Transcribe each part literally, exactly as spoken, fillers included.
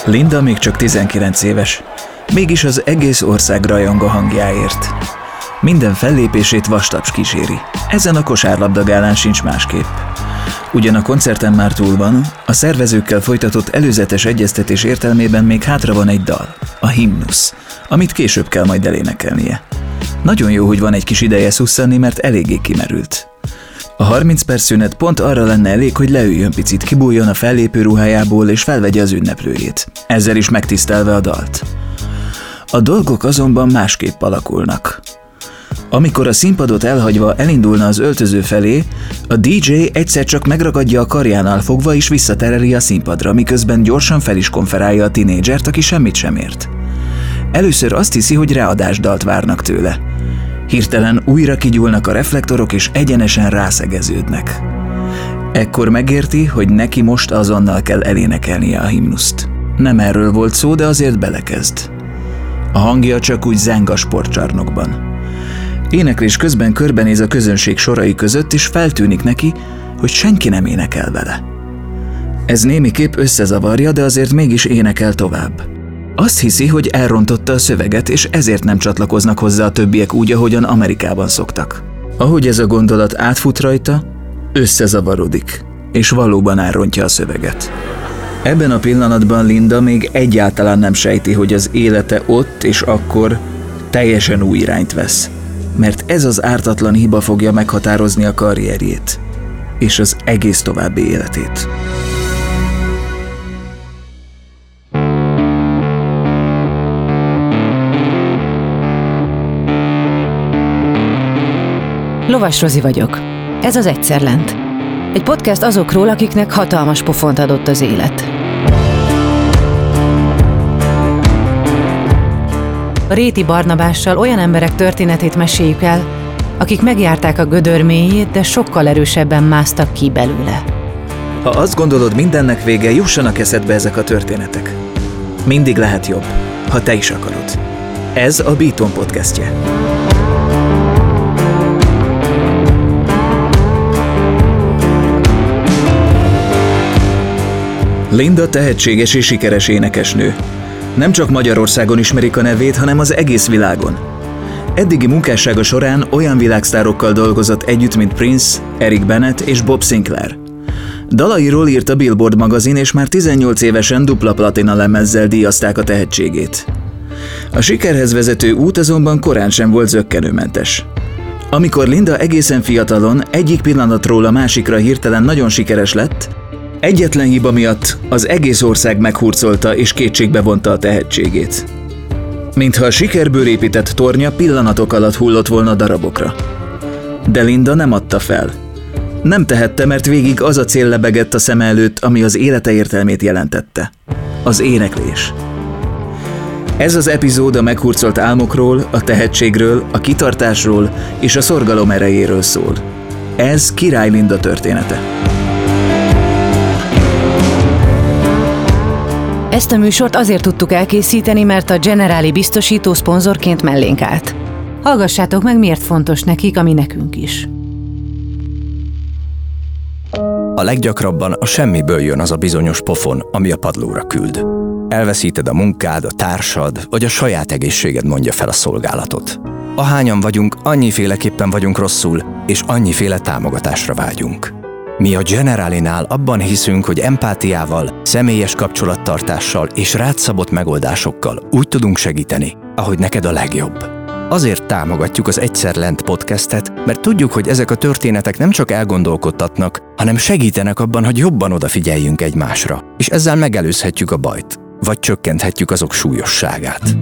Linda még csak tizenkilenc éves, mégis az egész ország rajong a hangjáért. Minden fellépését vastaps kíséri, ezen a kosárlabdagálán sincs másképp. Ugyan a koncerten már túl van, a szervezőkkel folytatott előzetes egyeztetés értelmében még hátra van egy dal, a himnusz, amit később kell majd elénekelnie. Nagyon jó, hogy van egy kis ideje szusszanni, mert eléggé kimerült. A harminc perc szünet pont arra lenne elég, hogy leüljön picit, kibújjon a fellépő ruhájából és felvegye az ünneplőjét, ezzel is megtisztelve a dalt. A dolgok azonban másképp alakulnak. Amikor a színpadot elhagyva elindulna az öltöző felé, a dé dzsé egyszer csak megragadja a karjánál fogva és visszatereli a színpadra, miközben gyorsan fel is konferálja a tinédzsert, aki semmit sem ért. Először azt hiszi, hogy ráadásdalt várnak tőle. Hirtelen újra kigyúlnak a reflektorok és egyenesen rászegeződnek. Ekkor megérti, hogy neki most azonnal kell elénekelnie a himnuszt. Nem erről volt szó, de azért belekezd. A hangja csak úgy zeng a sportcsarnokban. Éneklés közben körbenéz a közönség sorai között, és feltűnik neki, hogy senki nem énekel vele. Ez némiképp összezavarja, de azért mégis énekel tovább. Azt hiszi, hogy elrontotta a szöveget, és ezért nem csatlakoznak hozzá a többiek úgy, ahogyan Amerikában szoktak. Ahogy ez a gondolat átfut rajta, összezavarodik, és valóban elrontja a szöveget. Ebben a pillanatban Linda még egyáltalán nem sejti, hogy az élete ott és akkor teljesen új irányt vesz, mert ez az ártatlan hiba fogja meghatározni a karrierjét, és az egész további életét. Lovas Rozi vagyok. Ez az Egyszer Lent. Egy podcast azokról, akiknek hatalmas pofont adott az élet. A Réti Barnabással olyan emberek történetét meséljük el, akik megjárták a gödör mélyét, de sokkal erősebben másztak ki belőle. Ha azt gondolod, mindennek vége, jussanak eszedbe ezek a történetek. Mindig lehet jobb, ha te is akarod. Ez a Beaton podcastje. Linda tehetséges és sikeres énekesnő. Nem csak Magyarországon ismerik a nevét, hanem az egész világon. Eddigi munkássága során olyan világsztárokkal dolgozott együtt, mint Prince, Eric Bennett és Bob Sinclair. Dalairól írt a Billboard magazin, és már tizennyolc évesen dupla platina lemezzel díjazták a tehetségét. A sikerhez vezető út azonban korán sem volt zökkenőmentes. Amikor Linda egészen fiatalon, egyik pillanatról a másikra hirtelen nagyon sikeres lett, egyetlen hiba miatt az egész ország meghurcolta és kétségbe vonta a tehetségét. Mintha a sikerből épített tornya pillanatok alatt hullott volna darabokra. De Linda nem adta fel. Nem tehette, mert végig az a cél lebegett a szeme előtt, ami az élete értelmét jelentette. Az éneklés. Ez az epizód a meghurcolt álmokról, a tehetségről, a kitartásról és a szorgalom erejéről szól. Ez Király Linda története. Ezt a műsort azért tudtuk elkészíteni, mert a Generali biztosító szponzorként mellénk állt. Hallgassátok meg, miért fontos nekik, ami nekünk is. A leggyakrabban a semmiből jön az a bizonyos pofon, ami a padlóra küld. Elveszíted a munkád, a társad, vagy a saját egészséged mondja fel a szolgálatot. Ahányan vagyunk, annyiféleképpen vagyunk rosszul, és annyiféle támogatásra vágyunk. Mi a Generalinál abban hiszünk, hogy empátiával, személyes kapcsolattartással és rád szabott megoldásokkal úgy tudunk segíteni, ahogy neked a legjobb. Azért támogatjuk az Egyszer Lent podcastet, mert tudjuk, hogy ezek a történetek nem csak elgondolkodtatnak, hanem segítenek abban, hogy jobban odafigyeljünk egymásra, és ezzel megelőzhetjük a bajt, vagy csökkenthetjük azok súlyosságát.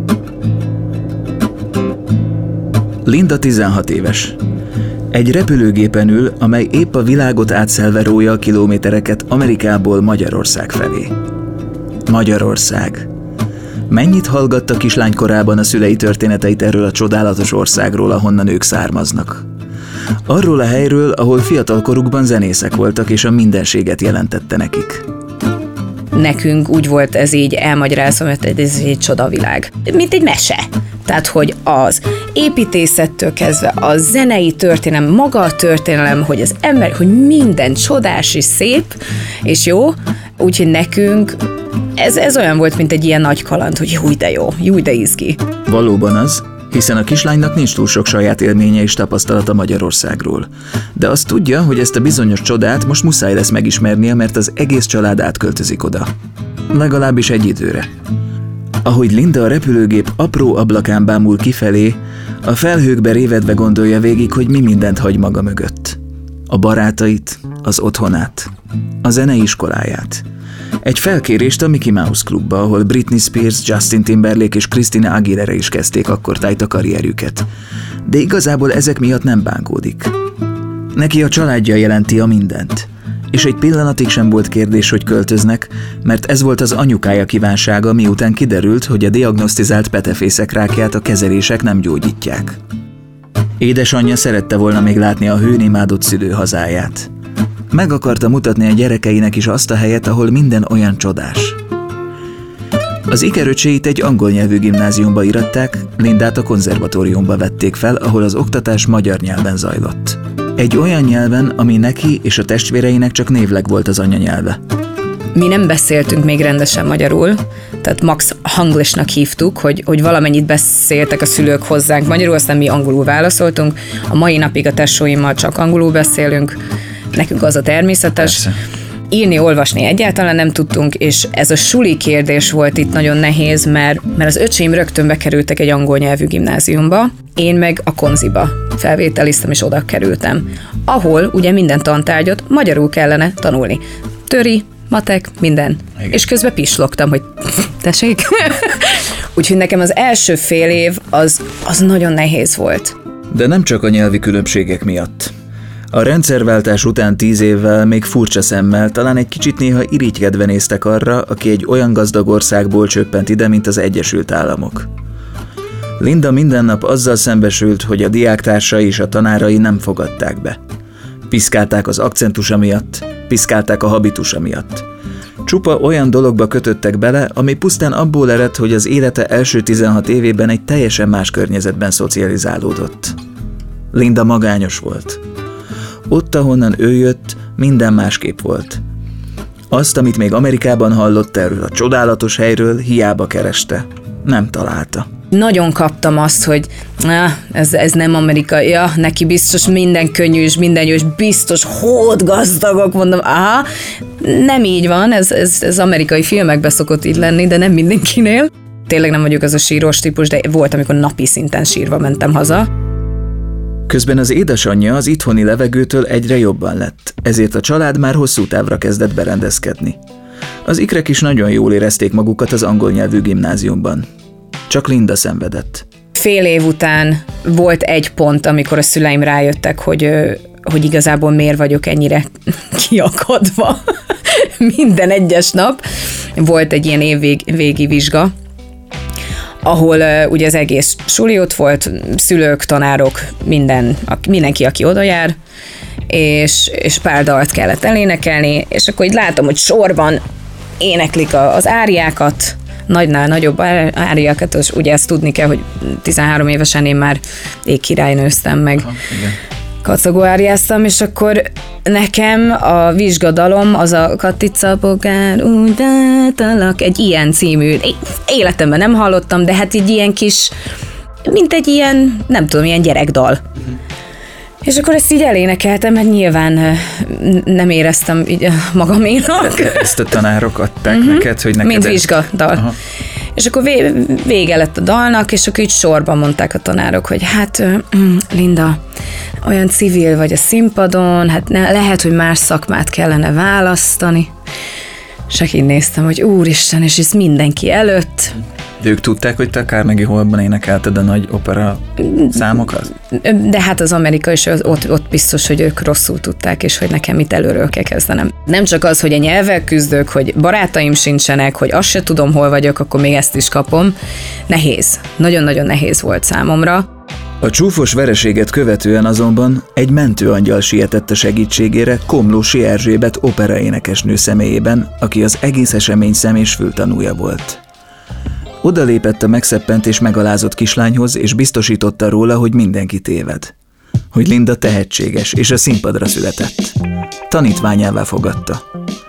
Linda tizenhat éves. Egy repülőgépen ül, amely épp a világot átszelve rója a kilométereket Amerikából Magyarország felé. Magyarország. Mennyit hallgatta kislánykorában a szülei történeteit erről a csodálatos országról, ahonnan ők származnak. Arról a helyről, ahol fiatalkorukban zenészek voltak, és a mindenséget jelentette nekik. Nekünk úgy volt ez így elmagyarázva, mert ez egy csodavilág. Mint egy mese. Tehát, hogy az építészettől kezdve a zenei történelem, maga a történelem, hogy az ember, hogy minden csodás és szép, és jó, Úgyhogy nekünk ez, ez olyan volt, mint egy ilyen nagy kaland, hogy jó, de jó, jó, de izgi. Valóban az, hiszen a kislánynak nincs túl sok saját élménye és tapasztalata Magyarországról. De azt tudja, hogy ezt a bizonyos csodát most muszáj lesz megismernie, mert az egész család átköltözik oda. Legalábbis egy időre. Ahogy Linda a repülőgép apró ablakán bámul kifelé, a felhőkbe révedve gondolja végig, hogy mi mindent hagy maga mögött. A barátait, az otthonát, a zeneiskoláját. Egy felkérést a Mickey Mouse Klubba, ahol Britney Spears, Justin Timberlake és Christina Aguilera is kezdték akkortájt a karrierjüket. De igazából ezek miatt nem bánkódik. Neki a családja jelenti a mindent. És egy pillanatig sem volt kérdés, hogy költöznek, mert ez volt az anyukája kívánsága, miután kiderült, hogy a diagnosztizált petefészek rákját a kezelések nem gyógyítják. Édesanyja szerette volna még látni a hőn imádott szülőhazáját. Meg akarta mutatni a gyerekeinek is azt a helyet, ahol minden olyan csodás. Az ikeröcséit egy angol nyelvű gimnáziumba iratták, Lindát a konzervatóriumba vették fel, ahol az oktatás magyar nyelven zajlott. Egy olyan nyelven, ami neki és a testvéreinek csak névleg volt az anyanyelve. Mi nem beszéltünk még rendesen magyarul, tehát max hanglisnak hívtuk, hogy, hogy valamennyit beszéltek a szülők hozzánk magyarul, aztán mi angolul válaszoltunk. A mai napig a tesóimmal csak angolul beszélünk, nekünk az a természetes. Persze. Írni, olvasni egyáltalán nem tudtunk, és ez a suli kérdés volt itt nagyon nehéz, mert, mert az öcseim rögtön bekerültek egy angol nyelvű gimnáziumba, én meg a konziba felvételiztem, és oda kerültem, ahol ugye minden tantárgyat magyarul kellene tanulni. Töri, matek, minden. Igen. És közben pislogtam, hogy tessék. Úgyhogy nekem az első fél év az, az nagyon nehéz volt. De nem csak a nyelvi különbségek miatt. A rendszerváltás után tíz évvel még furcsa szemmel, talán egy kicsit néha irigykedve néztek arra, aki egy olyan gazdag országból csöppent ide, mint az Egyesült Államok. Linda minden nap azzal szembesült, hogy a diáktársai és a tanárai nem fogadták be. Piszkálták az akcentusa miatt, piszkálták a habitusa miatt. Csupa olyan dologba kötöttek bele, ami pusztán abból eredt, hogy az élete első tizenhat évében egy teljesen más környezetben szocializálódott. Linda magányos volt. Ott, ahonnan ő jött, minden másképp volt. Azt, amit még Amerikában hallott erről a csodálatos helyről, hiába kereste. Nem találta. Nagyon kaptam azt, hogy ah, ez, ez nem Amerika, ja, neki biztos minden könnyű, és minden jó, és biztos hód gazdagok, mondom, aha, nem így van, ez, ez, ez amerikai filmekben szokott így lenni, de nem mindenkinél. Tényleg nem vagyok az a sírós típus, de volt, amikor napi szinten sírva mentem haza. Közben az édesanyja az itthoni levegőtől egyre jobban lett, ezért a család már hosszú távra kezdett berendezkedni. Az ikrek is nagyon jól érezték magukat az angol nyelvű gimnáziumban. Csak Linda szenvedett. Fél év után volt egy pont, amikor a szüleim rájöttek, hogy, hogy igazából miért vagyok ennyire kiakadva. Minden egyes nap volt egy ilyen évvégi vizsga, ahol uh, ugye az egész suli ott volt, szülők, tanárok, minden, mindenki, aki oda jár, és, és pár dalt kellett elénekelni, és akkor így látom, hogy sorban éneklik a, az áriákat, nagynál nagyobb áriákat, és ugye ezt tudni kell, hogy tizenhárom évesen én már égkirálynőztem meg. Aha, igen. Kacagó áriáztam, és akkor nekem a vizsgadalom az a Katica Bogár, úgy átalak, egy ilyen című, életemben nem hallottam, de hát egy ilyen kis, mint egy ilyen, nem tudom, ilyen gyerekdal. Uh-huh. És akkor ezt így elénekeltem, mert nyilván nem éreztem így magaménak. Ezt a tanárok adták uh-huh. neked, hogy neked... Mint vizsgadal. Aha. És akkor vége lett a dalnak, és akkor így sorban mondták a tanárok, hogy hát Linda, olyan civil vagy a színpadon, hát ne, lehet, hogy más szakmát kellene választani. És akkor így néztem, hogy úristen, és ez mindenki előtt. De ők tudták, hogy te a Carnegie Hallban énekelted a nagy opera számokat? De hát az Amerika is ott, ott biztos, hogy ők rosszul tudták, és hogy nekem itt előről kell kezdenem. Nem csak az, hogy a nyelvvel küzdök, hogy barátaim sincsenek, hogy azt se tudom, hol vagyok, akkor még ezt is kapom. Nehéz. Nagyon-nagyon nehéz volt számomra. A csúfos vereséget követően azonban egy mentőangyal sietett a segítségére Komlósi Erzsébet operaénekesnő személyében, aki az egész esemény szem- és fültanúja volt. Oda lépett a megszeppent és megalázott kislányhoz, és biztosította róla, hogy mindenki téved. Hogy Linda tehetséges, és a színpadra született. Tanítványává fogadta.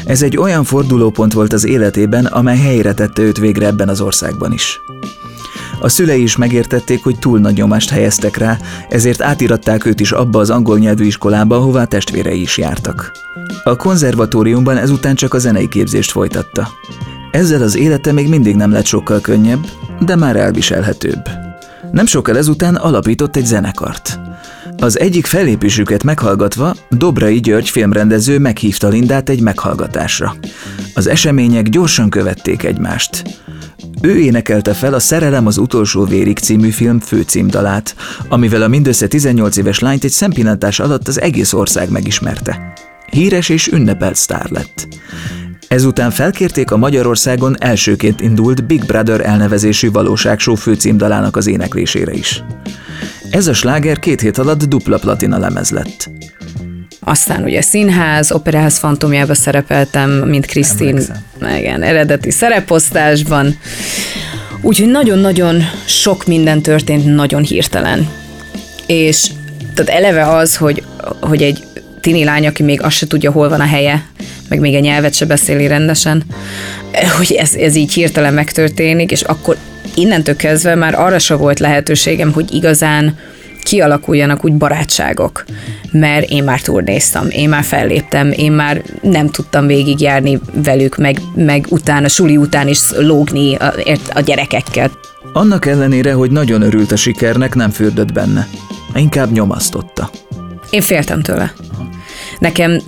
Ez egy olyan fordulópont volt az életében, amely helyre tette őt végre ebben az országban is. A szülei is megértették, hogy túl nagy nyomást helyeztek rá, ezért átiratták őt is abba az angol nyelvű iskolába, ahová testvérei is jártak. A konzervatóriumban ezután csak a zenei képzést folytatta. Ezzel az élete még mindig nem lett sokkal könnyebb, de már elviselhetőbb. Nem sokkal ezután alapított egy zenekart. Az egyik fellépésüket meghallgatva Dobrai György filmrendező meghívta Lindát egy meghallgatásra. Az események gyorsan követték egymást. Ő énekelte fel a Szerelem az utolsó vérig című film főcímdalát, amivel a mindössze tizennyolc éves lányt egy szempillantás alatt az egész ország megismerte. Híres és ünnepelt sztár lett. Ezután felkérték a Magyarországon elsőként indult Big Brother elnevezésű valóságshow főcímdalának az éneklésére is. Ez a sláger két hét alatt dupla platina lemez lett. Aztán ugye színház, Operaház fantomjába szerepeltem, mint Krisztin, igen, eredeti szereposztásban. Úgyhogy nagyon-nagyon sok minden történt nagyon hirtelen. És tehát eleve az, hogy, hogy egy tini lány, aki még azt se tudja, hol van a helye, meg még a nyelvet se beszéli rendesen, hogy ez, ez így hirtelen megtörténik, és akkor innentől kezdve már arra se volt lehetőségem, hogy igazán kialakuljanak úgy barátságok, mert én már turnéztam, én már felléptem, én már nem tudtam végigjárni velük, meg, meg utána, suli után is lógni a, a gyerekekkel. Annak ellenére, hogy nagyon örült a sikernek, nem fürdött benne. Inkább nyomasztotta. Én féltem tőle. Nekem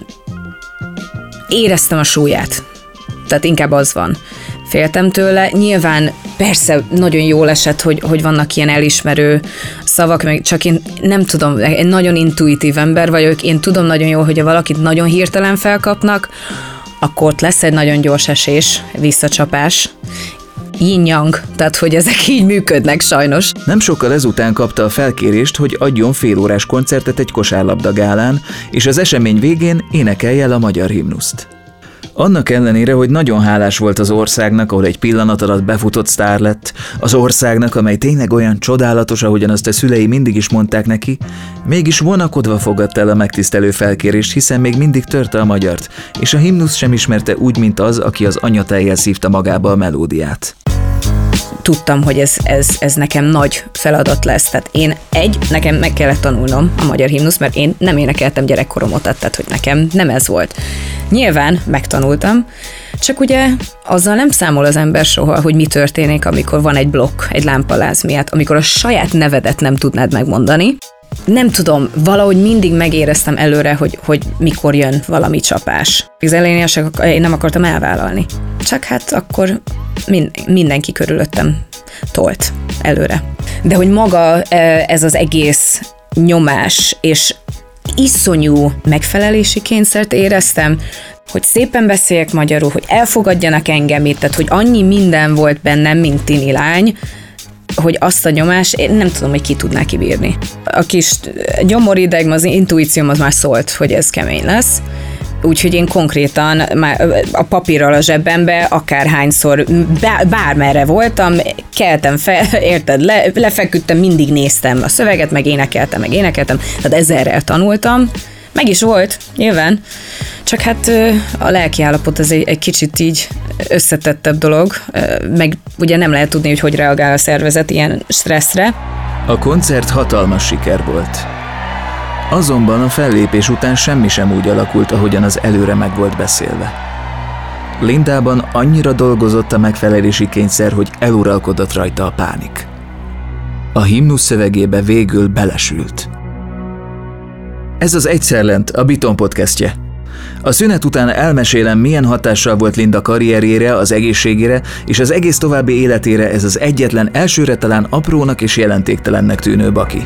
éreztem a súlyát. Tehát inkább az van. Féltem tőle. Nyilván persze nagyon jól esett, hogy, hogy vannak ilyen elismerő szavak, meg csak én nem tudom, én nagyon intuitív ember vagyok, én tudom nagyon jól, hogy ha valakit nagyon hirtelen felkapnak, akkor ott lesz egy nagyon gyors esés, visszacsapás, yin-yang, tehát hogy ezek így működnek sajnos. Nem sokkal ezután kapta a felkérést, hogy adjon félórás koncertet egy kosárlabdagálán, és az esemény végén énekelje el a magyar himnuszt. Annak ellenére, hogy nagyon hálás volt az országnak, ahol egy pillanat alatt befutott sztár lett, az országnak, amely tényleg olyan csodálatos, ahogyan azt a szülei mindig is mondták neki, mégis vonakodva fogadta el a megtisztelő felkérést, hiszen még mindig törte a magyart, és a himnusz sem ismerte úgy, mint az, aki az anyatejjel szívta magába a melódiát. Tudtam, hogy ez, ez, ez nekem nagy feladat lesz. Tehát én egy, nekem meg kellett tanulnom a magyar himnusz, mert én nem énekeltem gyerekkorom óta, tehát hogy nekem nem ez volt. Nyilván megtanultam, csak ugye azzal nem számol az ember soha, hogy mi történik, amikor van egy blokk, egy lámpaláz miatt, amikor a saját nevedet nem tudnád megmondani. Nem tudom, valahogy mindig megéreztem előre, hogy, hogy mikor jön valami csapás. Az elején én nem akartam elvállalni. Csak hát akkor mindenki körülöttem tolt előre. De hogy maga ez az egész nyomás és iszonyú megfelelési kényszert éreztem, hogy szépen beszéljek magyarul, hogy elfogadjanak engem itt, tehát hogy annyi minden volt bennem, mint tini lány, hogy azt a nyomást, én nem tudom, hogy ki tudná kibírni. A kis gyomorideg, az intuícióm az már szólt, hogy ez kemény lesz. Úgyhogy én konkrétan már a papírral a zsebembe akárhányszor, bármerre voltam, keltem fel, érted, le, lefeküdtem, mindig néztem a szöveget, meg énekeltem, meg énekeltem, tehát ezerrel tanultam. Meg is volt, nyilván, csak hát a lelkiállapot az egy, egy kicsit így összetettebb dolog, meg ugye nem lehet tudni, hogy hogy reagál a szervezet ilyen stresszre. A koncert hatalmas siker volt. Azonban a fellépés után semmi sem úgy alakult, ahogyan az előre meg volt beszélve. Lindában annyira dolgozott a megfelelési kényszer, hogy eluralkodott rajta a pánik. A himnusz szövegébe végül belesült. Ez az Egyszerlent, a Biton podcastje. A szünet után elmesélem, milyen hatással volt Linda karrierjére, az egészségére és az egész további életére ez az egyetlen, elsőre talán aprónak és jelentéktelennek tűnő baki.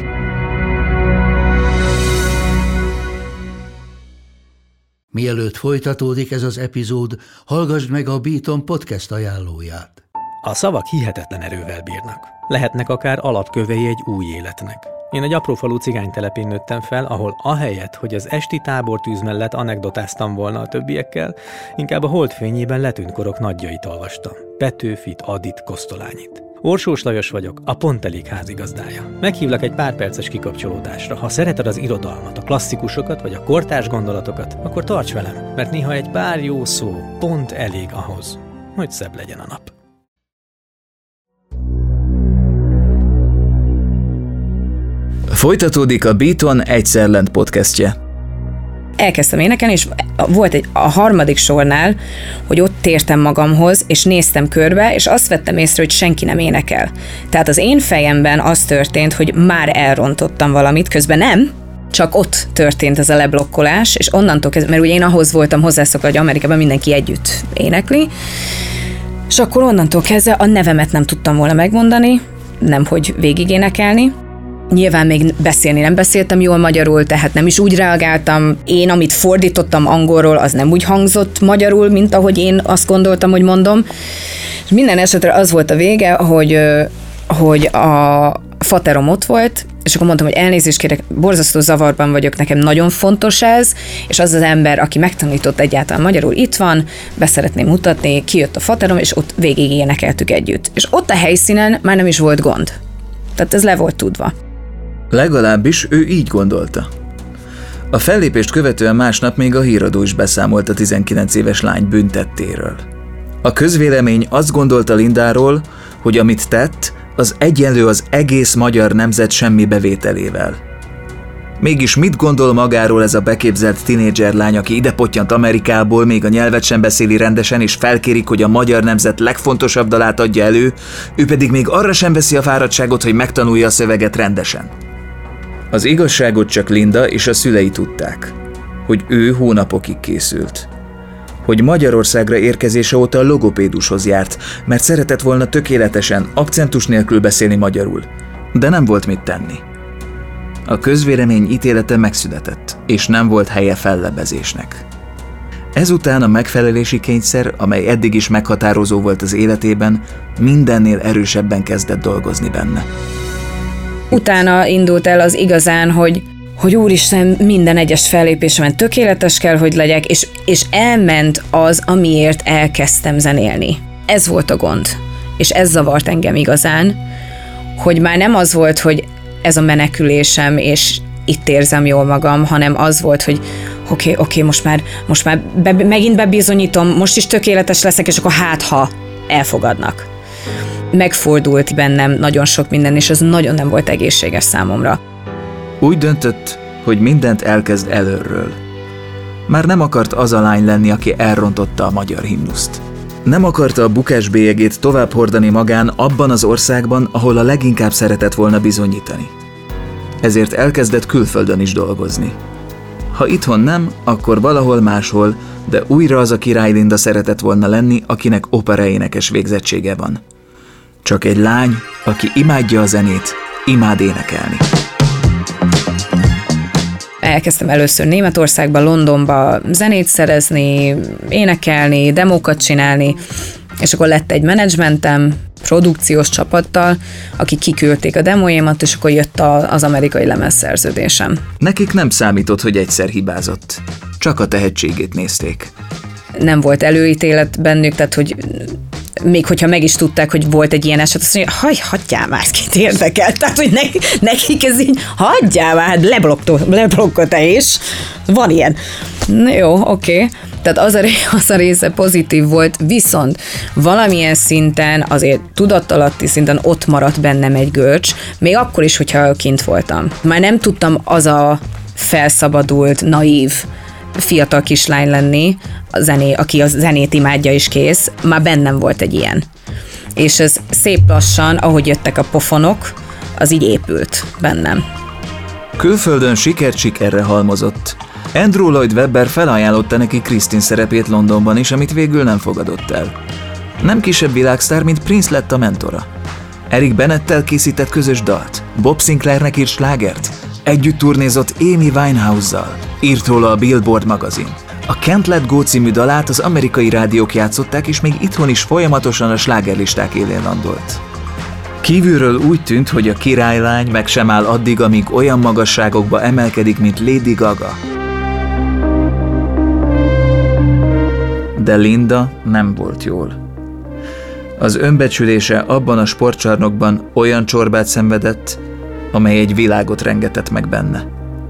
Mielőtt folytatódik ez az epizód, hallgassd meg a Beaton podcast ajánlóját. A szavak hihetetlen erővel bírnak. Lehetnek akár alapkövei egy új életnek. Én egy aprófalu cigánytelepén nőttem fel, ahol ahelyett, hogy az esti tábortűz mellett anekdotáztam volna a többiekkel, inkább a holdfényében letűnt korok nagyjait olvastam. Petőfit, Adit, Kosztolányit. Orsós Lajos vagyok, a Pont Elég házigazdája. Meghívlak egy pár perces kikapcsolódásra. Ha szereted az irodalmat, a klasszikusokat vagy a kortárs gondolatokat, akkor tarts velem, mert néha egy pár jó szó pont elég ahhoz, hogy szebb legyen a nap. Folytatódik a Beaton Egyszer Lent podcastje. Elkezdtem énekelni, és volt egy, a harmadik sornál, hogy ott tértem magamhoz, és néztem körbe, és azt vettem észre, hogy senki nem énekel. Tehát az én fejemben az történt, hogy már elrontottam valamit, közben nem, csak ott történt ez a leblokkolás, és onnantól kezdve, mert ugye én ahhoz voltam hozzászokva, hogy Amerikában mindenki együtt énekli, és akkor onnantól kezdve a nevemet nem tudtam volna megmondani, nemhogy végig énekelni. Nyilván még beszélni nem beszéltem jól magyarul, tehát nem is úgy reagáltam. Én, amit fordítottam angolról, az nem úgy hangzott magyarul, mint ahogy én azt gondoltam, hogy mondom. És minden esetre az volt a vége, hogy, hogy a faterom ott volt, és akkor mondtam, hogy elnézést kérek, borzasztó zavarban vagyok, nekem nagyon fontos ez, és az az ember, aki megtanított egyáltalán magyarul, itt van, beszeretném mutatni, kijött a faterom, és ott végig énekeltük együtt. És ott a helyszínen már nem is volt gond. Tehát ez le volt tudva. Legalábbis ő így gondolta. A fellépést követően másnap még a híradó is beszámolt a tizenkilenc éves lány büntettéről. A közvélemény azt gondolta Lindáról, hogy amit tett, az egyenlő az egész magyar nemzet semmi bevételével. Mégis mit gondol magáról ez a beképzelt tinédzser lány, aki ide pottyant Amerikából, még a nyelvet sem beszéli rendesen, és felkérik, hogy a magyar nemzet legfontosabb dalát adja elő, ő pedig még arra sem veszi a fáradtságot, hogy megtanulja a szöveget rendesen. Az igazságot csak Linda és a szülei tudták, hogy ő hónapokig készült. Hogy Magyarországra érkezése óta a logopédushoz járt, mert szeretett volna tökéletesen, akcentus nélkül beszélni magyarul, de nem volt mit tenni. A közvélemény ítélete megszületett, és nem volt helye fellebezésnek. Ezután a megfelelési kényszer, amely eddig is meghatározó volt az életében, mindennél erősebben kezdett dolgozni benne. Utána indult el az igazán, hogy, hogy úristen, minden egyes fellépésemen tökéletes kell, hogy legyek, és, és elment az, amiért elkezdtem zenélni. Ez volt a gond, és ez zavart engem igazán, hogy már nem az volt, hogy ez a menekülésem, és itt érzem jól magam, hanem az volt, hogy oké, okay, oké, okay, most már, most már be, megint bebizonyítom, most is tökéletes leszek, és akkor hát, ha elfogadnak. Megfordult bennem nagyon sok minden, és ez nagyon nem volt egészséges számomra. Úgy döntött, hogy mindent elkezd előről. Már nem akart az a lány lenni, aki elrontotta a magyar himnuszt. Nem akarta a bukás bélyegét tovább hordani magán abban az országban, ahol a leginkább szeretett volna bizonyítani. Ezért elkezdett külföldön is dolgozni. Ha itthon nem, akkor valahol máshol, de újra az a Király Linda szeretett volna lenni, akinek operaénekes végzettsége van. Csak egy lány, aki imádja a zenét, imád énekelni. Elkezdtem először Németországban, Londonba zenét szerezni, énekelni, demókat csinálni, és akkor lett egy menedzsmentem, produkciós csapattal, akik kiküldték a demóimat, és akkor jött a, az amerikai lemezszerződésem. Nekik nem számított, hogy egyszer hibázott. Csak a tehetségét nézték. Nem volt előítélet bennük, tehát hogy még hogyha meg is tudták, hogy volt egy ilyen eset, azt mondja, haj, hagyjál már, kit érdekel. Tehát, hogy nekik, nekik ez így, hagyjál már, hát leblokkol te is. Van ilyen. Na jó, oké. Okay. Tehát az a, az a része pozitív volt, viszont valamilyen szinten, azért tudatalatti szinten ott maradt bennem egy görcs, még akkor is, hogyha kint voltam. Már nem tudtam az a felszabadult, naív, fiatal kislány lenni, a zené, aki a zenét imádja és kész, már bennem volt egy ilyen. És ez szép lassan, ahogy jöttek a pofonok, az így épült bennem. Külföldön sikert sikerre halmozott. Andrew Lloyd Webber felajánlotta neki Christine szerepét Londonban is, amit végül nem fogadott el. Nem kisebb világsztár, mint Prince lett a mentora. Eric Bennettel készített közös dalt, Bob Sinclairnek írt slágert, együtt turnézott Amy Winehouse-zal, írt róla a Billboard magazin. A Can't Let Go című dalát az amerikai rádiók játszották, és még itthon is folyamatosan a slágerlisták élén landolt. Kívülről úgy tűnt, hogy a királylány meg sem áll addig, amíg olyan magasságokba emelkedik, mint Lady Gaga. De Linda nem volt jól. Az önbecsülése abban a sportcsarnokban olyan csorbát szenvedett, amely egy világot rengetett meg benne.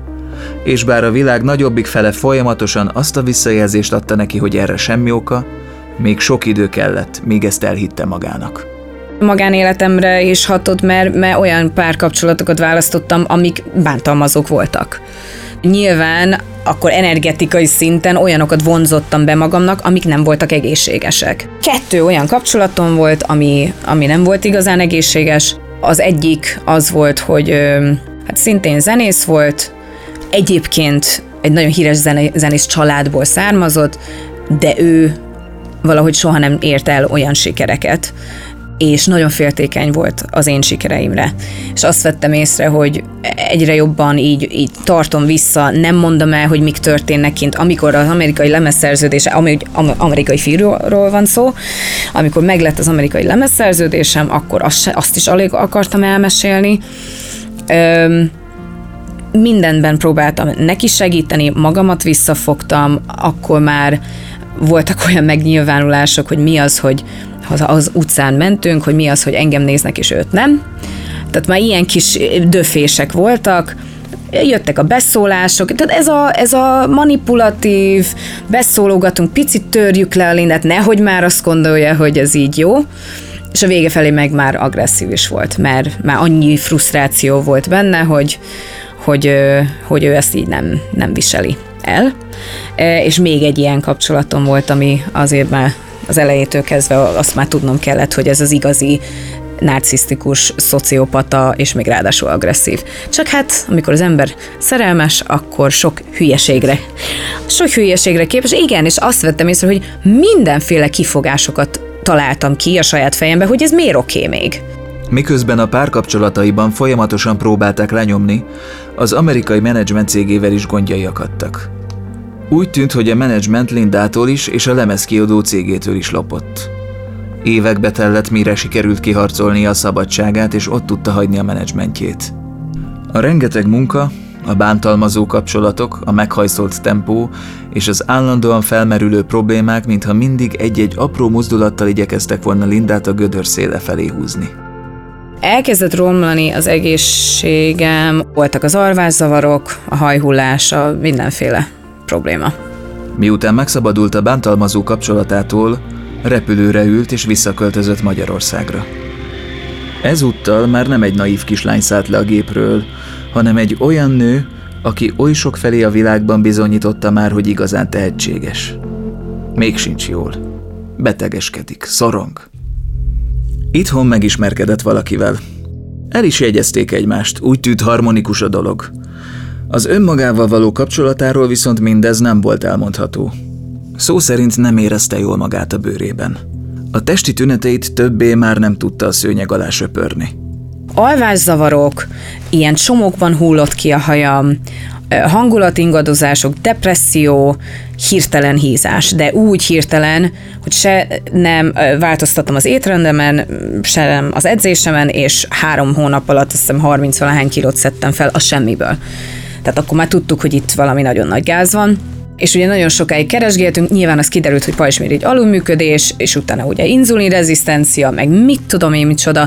És bár a világ nagyobbik fele folyamatosan azt a visszajelzést adta neki, hogy erre semmi oka, még sok idő kellett, míg ezt elhitte magának. Magánéletemre is hatott, mert, mert olyan párkapcsolatokat választottam, amik bántalmazók voltak. Nyilván akkor energetikai szinten olyanokat vonzottam be magamnak, amik nem voltak egészségesek. Kettő olyan kapcsolatom volt, ami, ami nem volt igazán egészséges. Az egyik az volt, hogy hát szintén zenész volt, egyébként egy nagyon híres zenész családból származott, de ő valahogy soha nem ért el olyan sikereket, és nagyon féltékeny volt az én sikereimre. És azt vettem észre, hogy egyre jobban így, így tartom vissza, nem mondom el, hogy mik történnek kint, amikor az amerikai lemezszerződése, ami amerikai fiúról van szó, amikor meglett az amerikai lemezszerződésem, akkor azt, azt is alig akartam elmesélni. Öm, mindenben próbáltam neki segíteni, magamat visszafogtam, akkor már voltak olyan megnyilvánulások, hogy mi az, hogy az utcán mentünk, hogy mi az, hogy engem néznek, és őt nem. Tehát már ilyen kis döfések voltak, jöttek a beszólások, tehát ez a, ez a manipulatív, beszólogatunk, picit törjük le a lindát, nehogy már azt gondolja, hogy ez így jó, és a vége felé meg már agresszív is volt, mert már annyi frusztráció volt benne, hogy, hogy, hogy ő ezt így nem, nem viseli el. És még egy ilyen kapcsolatom volt, ami azért már az elejétől kezdve azt már tudnom kellett, hogy ez az igazi narcisztikus, szociopata, és még ráadásul agresszív. Csak hát, amikor az ember szerelmes, akkor sok hülyeségre, sok hülyeségre képes. Igen, és azt vettem észre, hogy mindenféle kifogásokat találtam ki a saját fejembe, hogy ez miért oké még. Miközben a párkapcsolataiban folyamatosan próbálták lenyomni, az amerikai menedzsment cégével is gondjai akadtak. Úgy tűnt, hogy a menedzsment Lindától is és a lemezkiadó cégétől is lopott. Évekbe tellett, mire sikerült kiharcolnia a szabadságát, és ott tudta hagyni a menedzsmentjét. A rengeteg munka, a bántalmazó kapcsolatok, a meghajszolt tempó és az állandóan felmerülő problémák, mintha mindig egy-egy apró mozdulattal igyekeztek volna Lindát a gödör széle felé húzni. Elkezdett romlani az egészségem, voltak az alvászavarok, a hajhullás, a mindenféle probléma. Miután megszabadult a bántalmazó kapcsolatától, repülőre ült és visszaköltözött Magyarországra. Ezúttal már nem egy naív kislány szállt le a gépről, hanem egy olyan nő, aki oly sok felé a világban bizonyította már, hogy igazán tehetséges. Még sincs jól. Betegeskedik, szorong. Itthon megismerkedett valakivel. El is jegyezték egymást, úgy tűnt harmonikus a dolog. Az önmagával való kapcsolatáról viszont mindez nem volt elmondható. Szó szerint nem érezte jól magát a bőrében. A testi tüneteit többé már nem tudta a szőnyeg alá söpörni. Alvászavarok, ilyen csomókban hullott ki a hajam, hangulatingadozások, depresszió, hirtelen hízás, de úgy hirtelen, hogy se nem változtattam az étrendemen, se nem az edzésemen, és három hónap alatt azt hiszem harminc-valahány kilót szedtem fel a semmiből. Tehát akkor már tudtuk, hogy itt valami nagyon nagy gáz van. És ugye nagyon sokáig keresgéltünk, nyilván az kiderült, hogy pajzsmirigy alulműködés, és utána ugye inzulinrezisztencia, meg mit tudom én micsoda,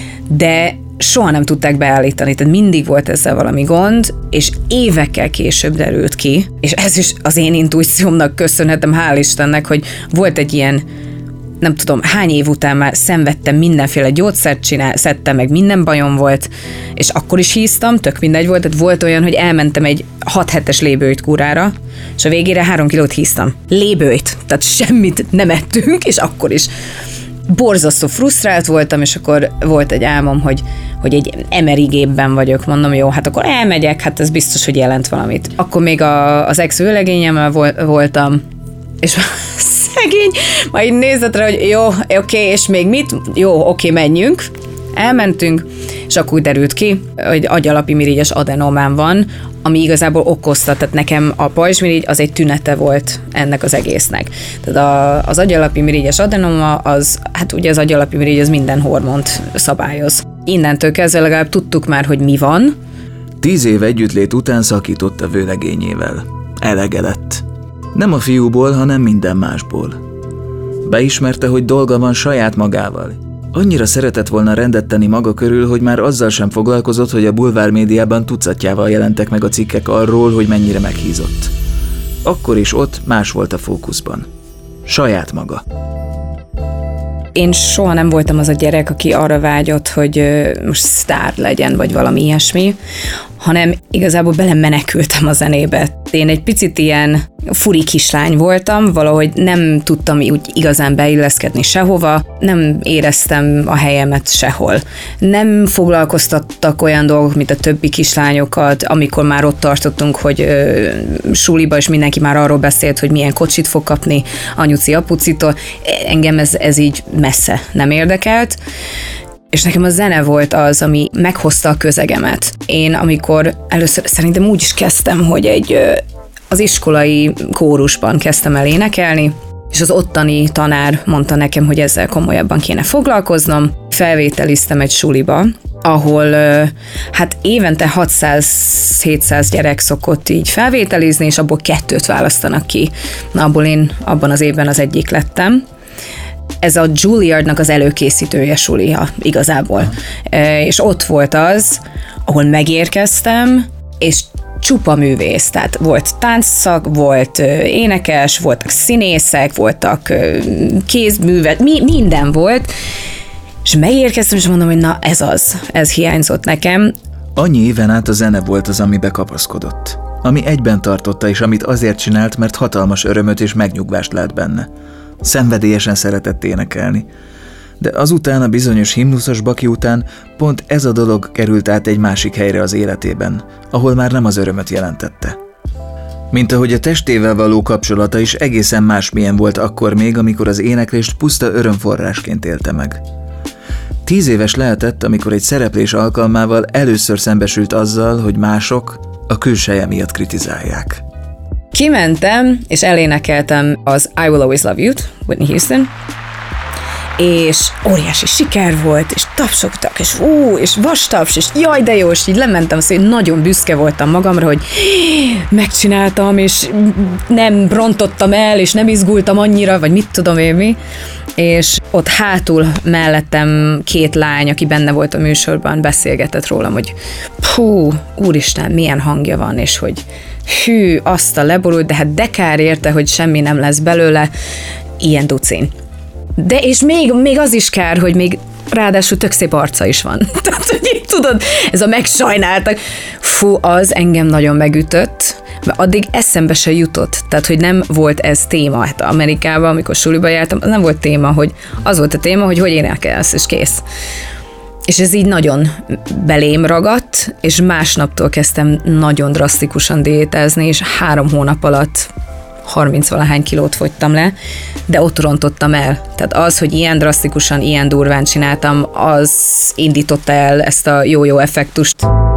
de soha nem tudták beállítani, tehát mindig volt ezzel valami gond, és évekkel később derült ki, és ez is az én intuíciómnak köszönhetem, hál' Istennek, hogy volt egy ilyen, nem tudom, hány év után már szenvedtem, mindenféle gyógyszert csinál, szedtem, meg minden bajom volt, és akkor is híztam, tök mindegy volt, tehát volt olyan, hogy elmentem egy hat hetes lébőjt kúrára, és a végére három kilót híztam. Lébőjt, tehát semmit nem ettünk, és akkor is borzasztó frusztrált voltam, és akkor volt egy álmom, hogy, hogy egy em er i gépben vagyok, mondom, jó, hát akkor elmegyek, hát ez biztos, hogy jelent valamit. Akkor még a, az ex-vőlegényemmel voltam, és szegény, majd így nézett rá, hogy jó, oké, és még mit? Jó, oké, menjünk. Elmentünk, és akkor úgy derült ki, hogy agyalapimirigyes adenomám van, ami igazából okozta, tehát nekem a pajzsmirigy az egy tünete volt ennek az egésznek. Tehát a, az agyalapimirigyes adenoma, az, hát ugye az agyalapimirigy az minden hormont szabályoz. Innentől kezdve legalább tudtuk már, hogy mi van. Tíz év együttlét után szakított a vőlegényével. Elege lett. Nem a fiúból, hanem minden másból. Beismerte, hogy dolga van saját magával. Annyira szeretett volna rendet tenni maga körül, hogy már azzal sem foglalkozott, hogy a bulvármédiában tucatjával jelentek meg a cikkek arról, hogy mennyire meghízott. Akkor is ott más volt a fókuszban. Saját maga. Én soha nem voltam az a gyerek, aki arra vágyott, hogy most sztár legyen, vagy valami ilyesmi, hanem igazából belemenekültem a zenébe. Én egy picit ilyen furi kislány voltam, valahogy nem tudtam úgy igazán beilleszkedni sehova, nem éreztem a helyemet sehol. Nem foglalkoztattak olyan dolgok, mint a többi kislányokat, amikor már ott tartottunk, hogy ö, suliba, és mindenki már arról beszélt, hogy milyen kocsit fog kapni anyuci apucitól. Engem ez, ez így messze nem érdekelt. És nekem a zene volt az, ami meghozta a közegemet. Én amikor először szerintem úgy is kezdtem, hogy egy az iskolai kórusban kezdtem el énekelni, és az ottani tanár mondta nekem, hogy ezzel komolyabban kéne foglalkoznom. Felvételiztem egy suliba, ahol hát évente hatszáz-hétszáz gyerek szokott így felvételizni, és abból kettőt választanak ki. Na, abból én abban az évben az egyik lettem. Ez a Juilliardnak az előkészítője sulia igazából. E, és ott volt az, ahol megérkeztem, és csupa művész. Tehát volt táncszak, volt énekes, voltak színészek, voltak kézművet, mi, minden volt. És megérkeztem, és mondom, hogy na ez az, ez hiányzott nekem. Annyi éven át a zene volt az, amibe kapaszkodott. Ami egyben tartotta, és amit azért csinált, mert hatalmas örömöt és megnyugvást lát benne. Szenvedélyesen szeretett énekelni. De azután, a bizonyos himnuszos baki után pont ez a dolog került át egy másik helyre az életében, ahol már nem az örömöt jelentette. Mint ahogy a testével való kapcsolata is egészen másmilyen volt akkor még, amikor az éneklést puszta örömforrásként élte meg. Tíz éves lehetett, amikor egy szereplés alkalmával először szembesült azzal, hogy mások a külseje miatt kritizálják. Kimentem, és elénekeltem az I Will Always Love You-t, Whitney Houston, és óriási siker volt, és tapsogtak, és ú, és vastaps, és jaj, de jó, és így lementem, szóval nagyon büszke voltam magamra, hogy megcsináltam, és nem rontottam el, és nem izgultam annyira, vagy mit tudom én mi, és ott hátul mellettem két lány, aki benne volt a műsorban, beszélgetett rólam, hogy hú, úristen, milyen hangja van, és hogy hű, azt a leborult, de hát de kár érte, hogy semmi nem lesz belőle, ilyen ducin. De és még, még az is kár, hogy még ráadásul tök szép arca is van. Tehát, hogy így tudod, ez a megsajnáltak. Fú, az engem nagyon megütött, mert addig eszembe se jutott. Tehát, hogy nem volt ez téma. Hát Amerikában, amikor suliba jártam, az nem volt téma, hogy az volt a téma, hogy hogy énekelsz, és kész. És ez így nagyon belém ragadt, és másnaptól kezdtem nagyon drasztikusan diétázni, és három hónap alatt harminc-valahány kilót fogytam le, de ott rontottam el. Tehát az, hogy ilyen drasztikusan, ilyen durván csináltam, az indította el ezt a jó-jó effektust.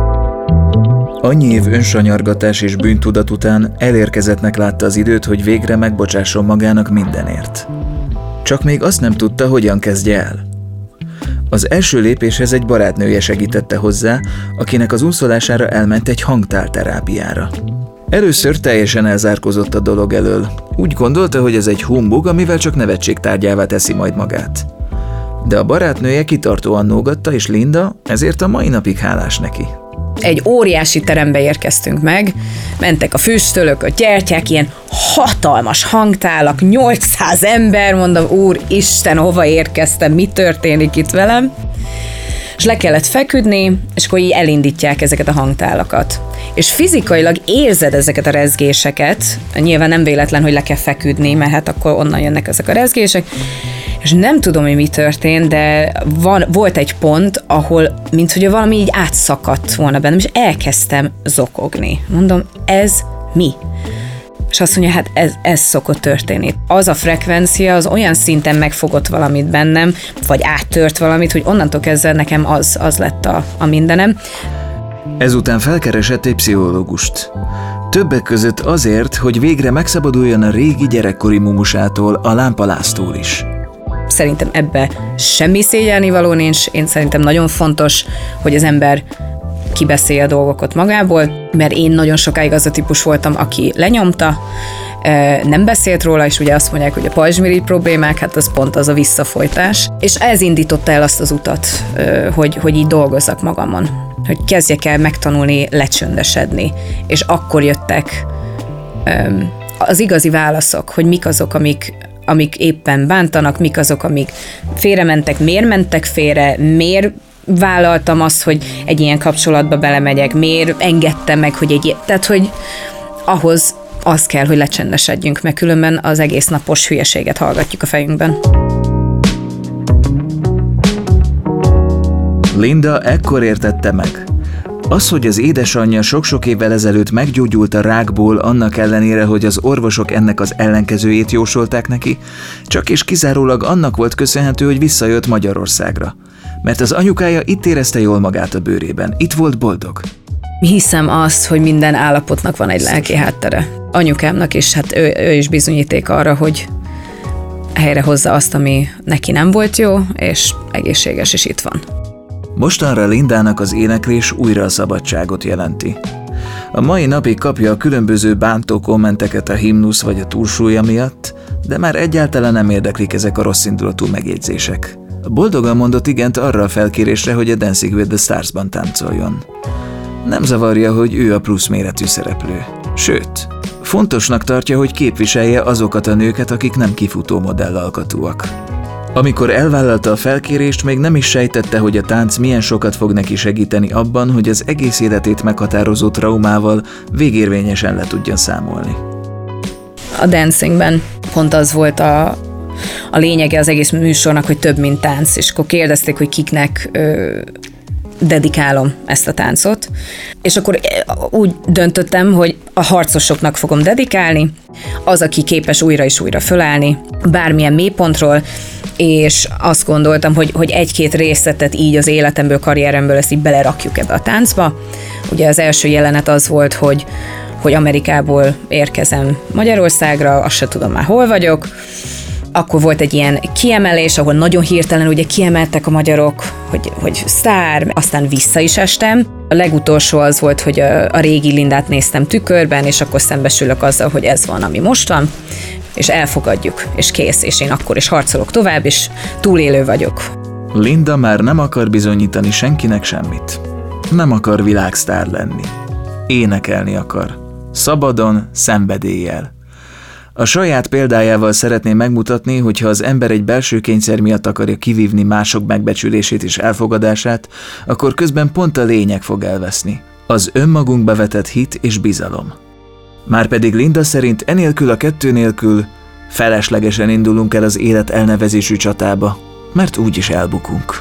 Annyi év önsanyargatás és bűntudat után elérkezettnek látta az időt, hogy végre megbocsásson magának mindenért. Csak még azt nem tudta, hogyan kezdje el. Az első lépéshez egy barátnője segítette hozzá, akinek az úszolására elment egy hangtálterápiára. Először teljesen elzárkózott a dolog elől. Úgy gondolta, hogy ez egy humbug, amivel csak nevetség tárgyává teszi majd magát. De a barátnője kitartóan nógatta, és Linda ezért a mai napig hálás neki. Egy óriási terembe érkeztünk meg, mentek a füstölök, a gyertyák, ilyen hatalmas hangtálak, nyolcszáz ember, mondom, úristen, hova érkeztem, mi történik itt velem? És le kellett feküdni, és akkor így elindítják ezeket a hangtálakat. És fizikailag érzed ezeket a rezgéseket, nyilván nem véletlen, hogy le kell feküdni, mert hát akkor onnan jönnek ezek a rezgések, és nem tudom, hogy mi történt, de van, volt egy pont, ahol, minthogy valami így átszakadt volna bennem, és elkezdtem zokogni. Mondom, ez mi? És azt mondja, hát ez, ez szokott történni. Az a frekvencia, az olyan szinten megfogott valamit bennem, vagy áttört valamit, hogy onnantól kezdve nekem az, az lett a, a mindenem. Ezután felkeresett egy pszichológust. Többek között azért, hogy végre megszabaduljon a régi gyerekkori mumusától, a lámpaláztól is. Szerintem ebbe semmi szégyelnivaló nincs, én szerintem nagyon fontos, hogy az ember kibeszélje a dolgokat magából, mert én nagyon sokáig az a típus voltam, aki lenyomta, nem beszélt róla, és ugye azt mondják, hogy a pajzsmirigy problémák, hát az pont az a visszafolytás. És ez indította el azt az utat, hogy, hogy így dolgozzak magamon, hogy kezdjek el megtanulni lecsöndesedni. És akkor jöttek az igazi válaszok, hogy mik azok, amik, amik éppen bántanak, mik azok, amik félrementek, miért mentek félre, miért vállaltam azt, hogy egy ilyen kapcsolatba belemegyek, miért engedtem meg, hogy egy ilyen, tehát, hogy ahhoz az kell, hogy lecsendesedjünk, mert különben az egész napos hülyeséget hallgatjuk a fejünkben. Linda ekkor értette meg. Az, hogy az édesanyja sok-sok évvel ezelőtt meggyógyult a rákból, annak ellenére, hogy az orvosok ennek az ellenkezőjét jósolták neki, csak és kizárólag annak volt köszönhető, hogy visszajött Magyarországra. Mert az anyukája itt érezte jól magát a bőrében, itt volt boldog. Hiszem azt, hogy minden állapotnak van egy lelki háttere. Anyukámnak is, hát ő, ő is bizonyíték arra, hogy helyrehozza azt, ami neki nem volt jó, és egészséges is itt van. Mostanra Lindának az éneklés újra a szabadságot jelenti. A mai napig kapja a különböző bántó kommenteket a himnusz vagy a túlsúlya miatt, de már egyáltalán nem érdeklik ezek a rosszindulatú megjegyzések. Boldogan mondott igent arra a felkérésre, hogy a Dancing with the Stars-ban táncoljon. Nem zavarja, hogy ő a plusz méretű szereplő. Sőt, fontosnak tartja, hogy képviselje azokat a nőket, akik nem kifutó modellalkatúak. Amikor elvállalta a felkérést, még nem is sejtette, hogy a tánc milyen sokat fog neki segíteni abban, hogy az egész életét meghatározó traumával végérvényesen le tudjon számolni. A dancingben pont az volt a, a lényege az egész műsornak, hogy több, mint tánc, és akkor kérdezték, hogy kiknek ö, dedikálom ezt a táncot, és akkor úgy döntöttem, hogy a harcosoknak fogom dedikálni, az, aki képes újra és újra fölállni, bármilyen mélypontról, és azt gondoltam, hogy, hogy egy-két részletet így az életemből, karrieremből ezt így belerakjuk ebbe a táncba. Ugye az első jelenet az volt, hogy, hogy Amerikából érkezem Magyarországra, azt se tudom már hol vagyok. Akkor volt egy ilyen kiemelés, ahol nagyon hirtelen ugye kiemeltek a magyarok, hogy, hogy sztár, aztán vissza is estem. A legutolsó az volt, hogy a, a régi Lindát néztem tükörben, és akkor szembesülök azzal, hogy ez van, ami most van, és elfogadjuk, és kész, és én akkor is harcolok tovább, és túlélő vagyok. Linda már nem akar bizonyítani senkinek semmit. Nem akar világsztár lenni. Énekelni akar. Szabadon, szenvedéllyel. A saját példájával szeretné megmutatni, hogy ha az ember egy belső kényszer miatt akarja kivívni mások megbecsülését és elfogadását, akkor közben pont a lényeg fog elveszni. Az önmagunkba vetett hit és bizalom. Márpedig Linda szerint enélkül a kettő nélkül feleslegesen indulunk el az élet elnevezésű csatába, mert úgyis elbukunk.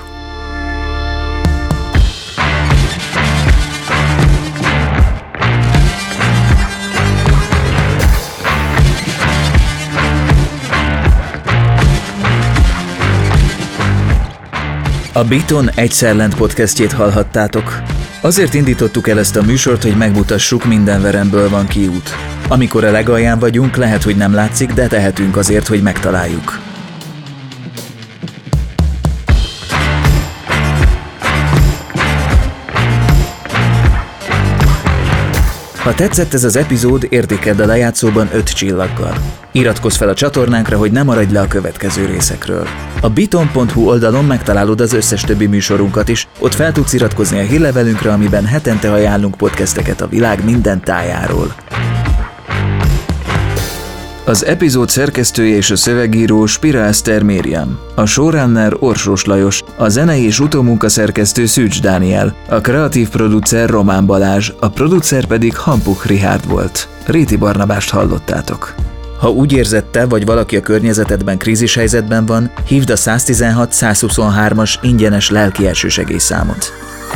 A Beaton Egyszer Lent podcastjét hallhattátok. Azért indítottuk el ezt a műsort, hogy megmutassuk, minden veremből van kiút. Amikor a legalján vagyunk, lehet, hogy nem látszik, de tehetünk azért, hogy megtaláljuk. Ha tetszett ez az epizód, értékeld a lejátszóban öt csillaggal. Iratkozz fel a csatornánkra, hogy ne maradj le a következő részekről. A beaton pont hu oldalon megtalálod az összes többi műsorunkat is, ott fel tudsz iratkozni a hírlevelünkre, amiben hetente ajánlunk podcasteket a világ minden tájáról. Az epizód szerkesztője és a szövegíró Spira Eszter Mériam, a showrunner Orsós Lajos, a zenei és utómunkaszerkesztő Szűcs Dániel, a kreatív producer Román Balázs, a producer pedig Hampuk Richárd volt. Réti Barnabást hallottátok. Ha úgy érzed te, vagy valaki a környezetedben krízis helyzetben van, hívd a száztizenhat százhuszonhármas ingyenes lelki elsősegélyszámot.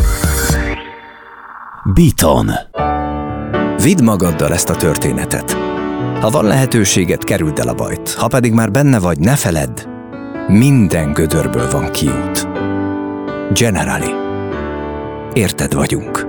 Beaton. Vidd magaddal ezt a történetet. Ha van lehetőséged, kerüld el a bajt. Ha pedig már benne vagy, ne feledd, minden gödörből van kiút. Generali. Érted vagyunk.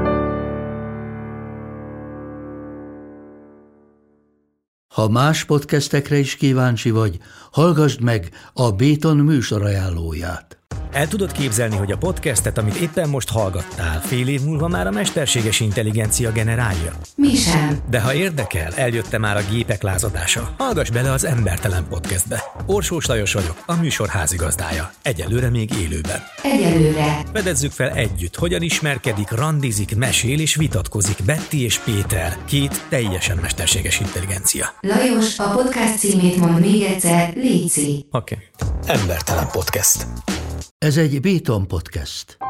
Ha más podcastekre is kíváncsi vagy, hallgassd meg a Beaton műsorajánlóját. El tudod képzelni, hogy a podcastet, amit éppen most hallgattál, fél év múlva már a mesterséges intelligencia generálja? Mi sem. De ha érdekel, eljötte már a gépek lázadása. Hallgass bele az Embertelen Podcastbe. Orsós Lajos vagyok, a műsor házigazdája. Egyelőre még élőben. Egyelőre. Fedezzük fel együtt, hogyan ismerkedik, randizik, mesél és vitatkozik Betty és Péter, két teljesen mesterséges intelligencia. Lajos, a podcast címét mond még egyszer, léci. Oké. Okay. Embertelen Podcast. Ez egy Béton Podcast.